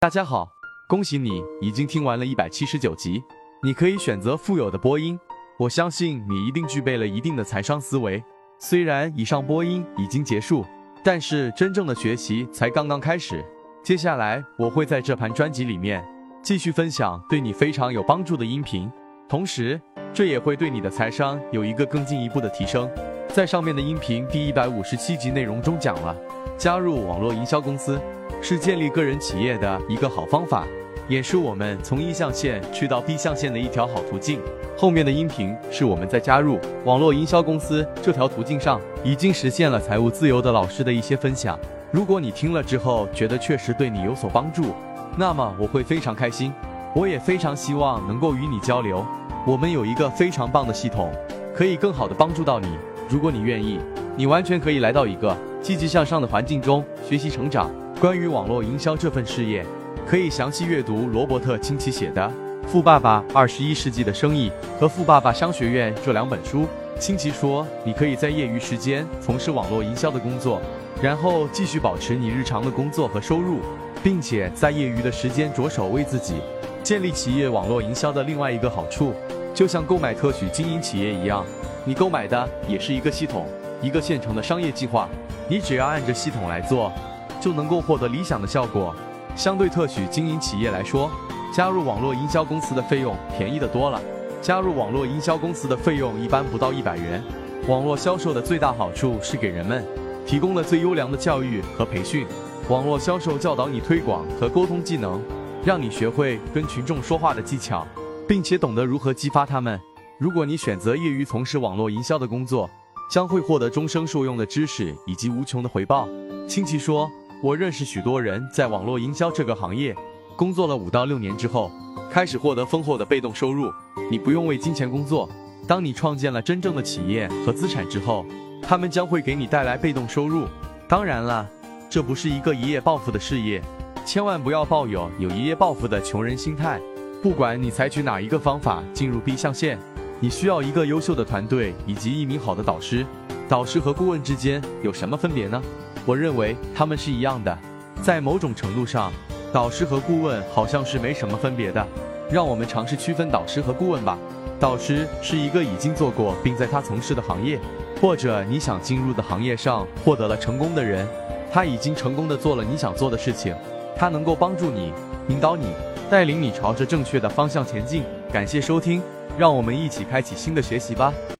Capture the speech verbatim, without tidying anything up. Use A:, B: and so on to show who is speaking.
A: 大家好，恭喜你已经听完了一百七十九集。你可以选择富有的播音，我相信你一定具备了一定的财商思维。虽然以上播音已经结束，但是真正的学习才刚刚开始。接下来我会在这盘专辑里面继续分享对你非常有帮助的音频，同时这也会对你的财商有一个更进一步的提升。在上面的音频第一百五十七集内容中讲了，加入网络营销公司是建立个人企业的一个好方法，也是我们从一象限去到 B 象限的一条好途径。后面的音频是我们在加入网络营销公司这条途径上已经实现了财务自由的老师的一些分享。如果你听了之后觉得确实对你有所帮助，那么我会非常开心，我也非常希望能够与你交流。我们有一个非常棒的系统，可以更好的帮助到你。如果你愿意，你完全可以来到一个积极向上的环境中学习成长。关于网络营销这份事业，可以详细阅读罗伯特清崎写的《富爸爸二十一世纪的生意》和《富爸爸商学院》这两本书。清崎说，你可以在业余时间从事网络营销的工作，然后继续保持你日常的工作和收入，并且在业余的时间着手为自己建立企业网络营销的另外一个好处，就像购买特许经营企业一样，你购买的也是一个系统，一个现成的商业计划，你只要按着系统来做，就能够获得理想的效果。相对特许经营企业来说，加入网络营销公司的费用便宜得多了。加入网络营销公司的费用一般不到一百元。网络销售的最大好处是给人们提供了最优良的教育和培训。网络销售教导你推广和沟通技能，让你学会跟群众说话的技巧，并且懂得如何激发他们。如果你选择业余从事网络营销的工作，将会获得终生受用的知识以及无穷的回报。清崎说，我认识许多人在网络营销这个行业工作了五到六年之后，开始获得丰厚的被动收入。你不用为金钱工作，当你创建了真正的企业和资产之后，他们将会给你带来被动收入。当然了，这不是一个一夜暴富的事业，千万不要抱有有一夜暴富的穷人心态。不管你采取哪一个方法进入 B 象限，你需要一个优秀的团队以及一名好的导师。导师和顾问之间有什么分别呢？我认为他们是一样的，在某种程度上，导师和顾问好像是没什么分别的。让我们尝试区分导师和顾问吧。导师是一个已经做过并在他从事的行业，或者你想进入的行业上获得了成功的人，他已经成功的做了你想做的事情，他能够帮助你，引导你，带领你朝着正确的方向前进。感谢收听，让我们一起开启新的学习吧。